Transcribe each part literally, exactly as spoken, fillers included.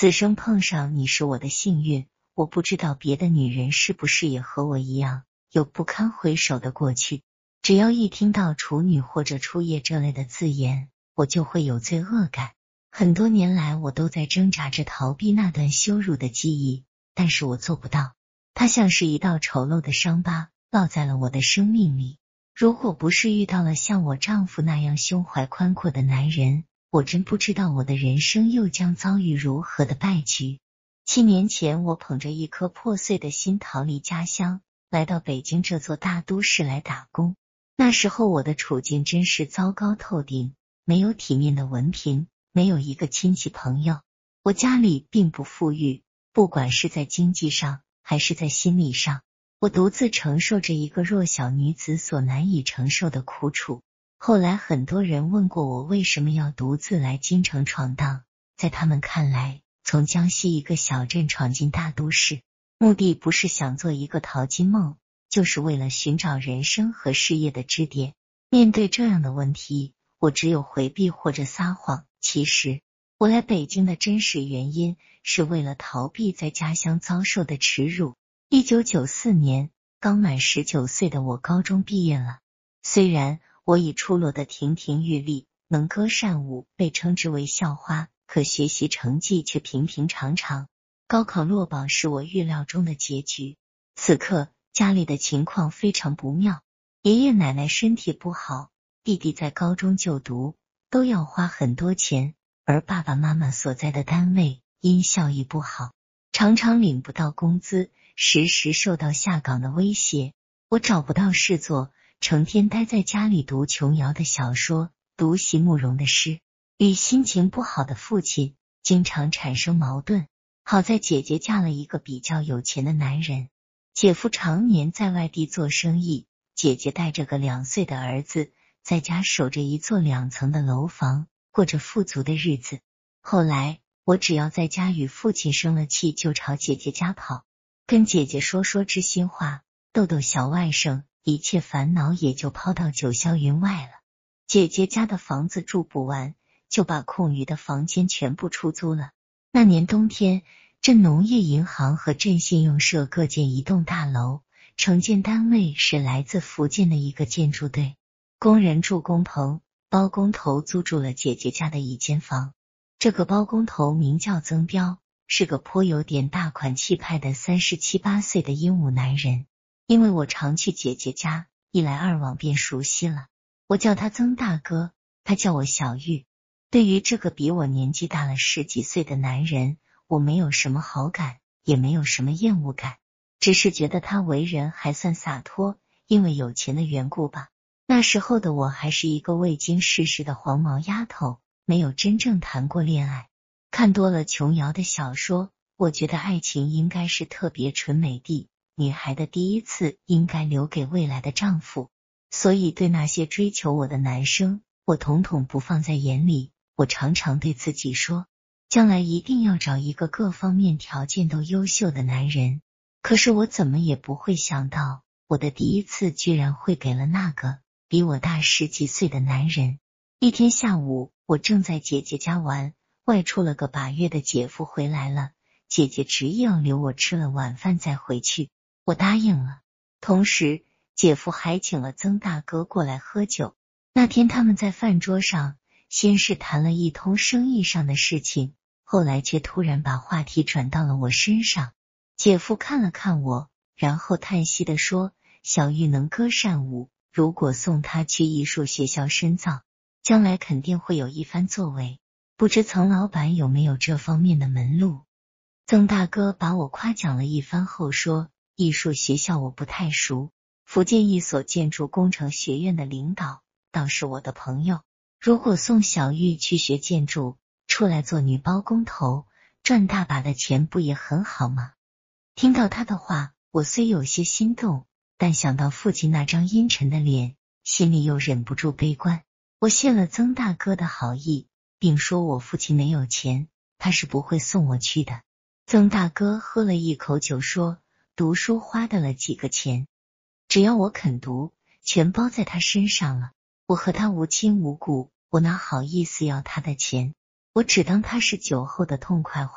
此生碰上你是我的幸运，我不知道别的女人是不是也和我一样，有不堪回首的过去。只要一听到处女或者初夜这类的字眼，我就会有罪恶感。很多年来，我都在挣扎着逃避那段羞辱的记忆，但是我做不到。它像是一道丑陋的伤疤，烙在了我的生命里。如果不是遇到了像我丈夫那样胸怀宽阔的男人，我真不知道我的人生又将遭遇如何的败局。七年前，我捧着一颗破碎的心逃离家乡，来到北京这座大都市来打工。那时候我的处境真是糟糕透顶，没有体面的文凭，没有一个亲戚朋友。我家里并不富裕，不管是在经济上还是在心理上，我独自承受着一个弱小女子所难以承受的苦楚。后来很多人问过我为什么要独自来京城闯荡，在他们看来，从江西一个小镇闯进大都市，目的不是想做一个淘金梦，就是为了寻找人生和事业的支点。面对这样的问题，我只有回避或者撒谎。其实，我来北京的真实原因是为了逃避在家乡遭受的耻辱。一九九四年，刚满十九岁的我高中毕业了。虽然我已出落得亭亭玉立，能歌善舞，被称之为校花，可学习成绩却平平常常。高考落榜是我预料中的结局。此刻家里的情况非常不妙，爷爷奶奶身体不好，弟弟在高中就读，都要花很多钱，而爸爸妈妈所在的单位因效益不好，常常领不到工资，时时受到下岗的威胁。我找不到事做，成天待在家里读琼瑶的小说，读席慕容的诗，与心情不好的父亲经常产生矛盾。好在姐姐嫁了一个比较有钱的男人，姐夫常年在外地做生意，姐姐带着个两岁的儿子，在家守着一座两层的楼房，过着富足的日子。后来我只要在家与父亲生了气，就朝姐姐家跑，跟姐姐说说知心话，逗逗小外甥，一切烦恼也就抛到九霄云外了。姐姐家的房子住不完，就把空余的房间全部出租了。那年冬天，镇农业银行和镇信用社各建一栋大楼，承建单位是来自福建的一个建筑队，工人住工棚，包工头租住了姐姐家的一间房。这个包工头名叫曾彪，是个颇有点大款气派的三十七八岁的英武男人。因为我常去姐姐家，一来二往便熟悉了。我叫他曾大哥，他叫我小玉。对于这个比我年纪大了十几岁的男人，我没有什么好感，也没有什么厌恶感，只是觉得他为人还算洒脱，因为有钱的缘故吧。那时候的我还是一个未经世事的黄毛丫头，没有真正谈过恋爱。看多了琼瑶的小说，我觉得爱情应该是特别纯美的，女孩的第一次应该留给未来的丈夫。所以对那些追求我的男生，我统统不放在眼里。我常常对自己说，将来一定要找一个各方面条件都优秀的男人。可是我怎么也不会想到，我的第一次居然会给了那个比我大十几岁的男人。一天下午，我正在姐姐家玩，外出了个把月的姐夫回来了，姐姐执意要留我吃了晚饭再回去，我答应了。同时姐夫还请了曾大哥过来喝酒。那天他们在饭桌上先是谈了一通生意上的事情，后来却突然把话题转到了我身上。姐夫看了看我，然后叹息地说，小玉能歌善舞，如果送她去艺术学校深造，将来肯定会有一番作为，不知曾老板有没有这方面的门路。曾大哥把我夸奖了一番后说，艺术学校我不太熟，福建一所建筑工程学院的领导倒是我的朋友，如果送小玉去学建筑，出来做女包工头，赚大把的钱不也很好吗？听到他的话，我虽有些心动，但想到父亲那张阴沉的脸，心里又忍不住悲观。我谢了曾大哥的好意，并说我父亲没有钱，他是不会送我去的。曾大哥喝了一口酒说，读书花的了几个钱，只要我肯读，全包在他身上了。我和他无亲无故，我哪好意思要他的钱？我只当他是酒后的痛快话，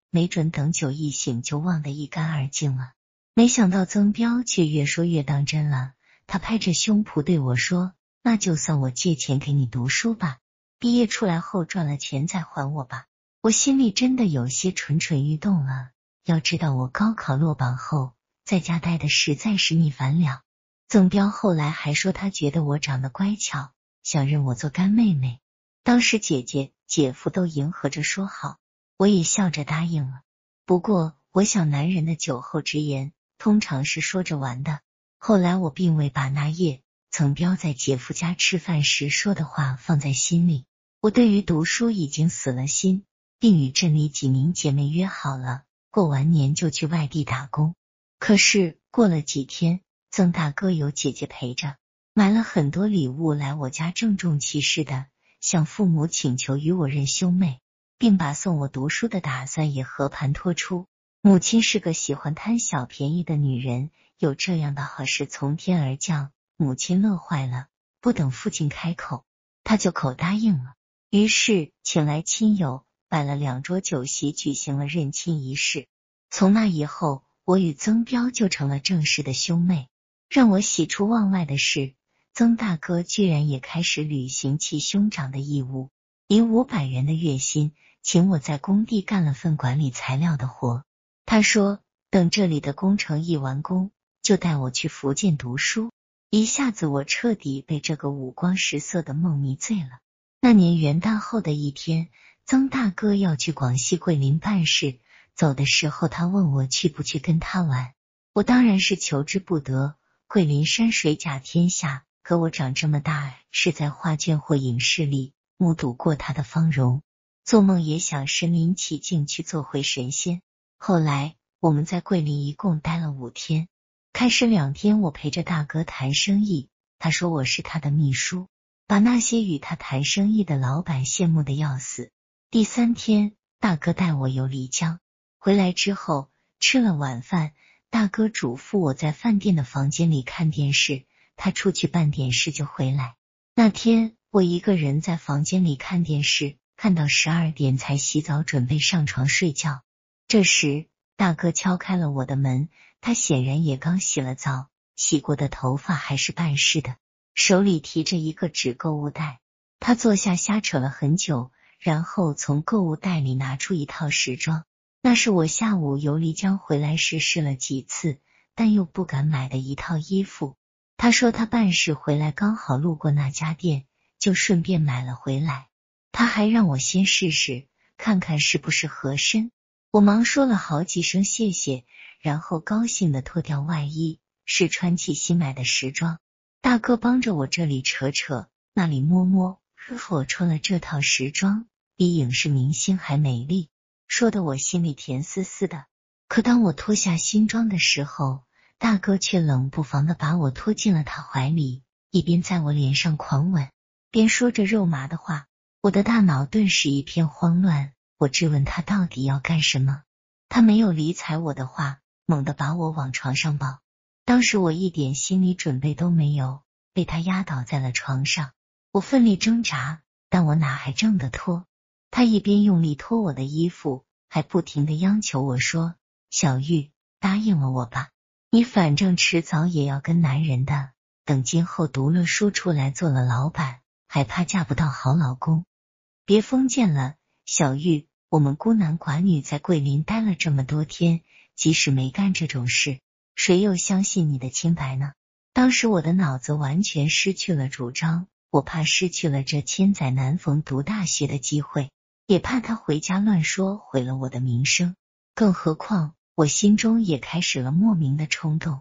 没准等酒一醒就忘得一干二净了。没想到曾彪却越说越当真了，他拍着胸脯对我说，那就算我借钱给你读书吧，毕业出来后赚了钱再还我吧。我心里真的有些蠢蠢欲动了，要知道我高考落榜后在家待的实在是腻烦了。曾彪后来还说他觉得我长得乖巧，想认我做干妹妹。当时姐姐姐夫都迎合着说好，我也笑着答应了。不过我想男人的酒后之言通常是说着玩的，后来我并未把那夜曾彪在姐夫家吃饭时说的话放在心里。我对于读书已经死了心，并与镇里几名姐妹约好了，过完年就去外地打工。可是过了几天，曾大哥有姐姐陪着，买了很多礼物来我家，郑重其事的向父母请求与我认兄妹，并把送我读书的打算也和盘托出。母亲是个喜欢贪小便宜的女人，有这样的好事从天而降，母亲乐坏了，不等父亲开口，她就口答应了。于是请来亲友，摆了两桌酒席，举行了认亲仪式。从那以后，我与曾彪就成了正式的兄妹。让我喜出望外的是，曾大哥居然也开始履行其兄长的义务，以五百元的月薪请我在工地干了份管理材料的活。他说等这里的工程一完工，就带我去福建读书。一下子我彻底被这个五光十色的梦迷醉了。那年元旦后的一天，曾大哥要去广西桂林办事，走的时候他问我去不去跟他玩。我当然是求之不得，桂林山水甲天下，可我长这么大是在画卷或影视里目睹过他的芳容，做梦也想身临其境去做回神仙。后来我们在桂林一共待了五天，开始两天我陪着大哥谈生意，他说我是他的秘书，把那些与他谈生意的老板羡慕的要死。第三天大哥带我游漓江，回来之后吃了晚饭，大哥嘱咐我在饭店的房间里看电视，他出去办点事就回来。那天我一个人在房间里看电视，看到十二点才洗澡准备上床睡觉。这时大哥敲开了我的门，他显然也刚洗了澡，洗过的头发还是半湿的，手里提着一个纸购物袋。他坐下瞎扯了很久，然后从购物袋里拿出一套时装，那是我下午游漓江回来时试了几次但又不敢买的一套衣服。他说他办事回来刚好路过那家店，就顺便买了回来。他还让我先试试，看看是不是合身。我忙说了好几声谢谢，然后高兴地脱掉外衣，试穿起新买的时装。大哥帮着我这里扯扯，那里摸摸，我穿了这套时装比影视明星还美丽，说得我心里甜丝丝的。可当我脱下新装的时候，大哥却冷不防地把我拖进了他怀里，一边在我脸上狂吻，边说着肉麻的话。我的大脑顿时一片慌乱，我质问他到底要干什么。他没有理睬我的话，猛地把我往床上抱。当时我一点心理准备都没有，被他压倒在了床上。我奋力挣扎，但我哪还挣得脱。他一边用力脱我的衣服，还不停地央求我说，小玉，答应了我吧，你反正迟早也要跟男人的，等今后读了书出来做了老板，还怕嫁不到好老公。别封建了，小玉，我们孤男寡女在桂林待了这么多天，即使没干这种事，谁又相信你的清白呢？当时我的脑子完全失去了主张，我怕失去了这千载难逢读大学的机会，也怕他回家乱说毁了我的名声。更何况我心中也开始了莫名的冲动。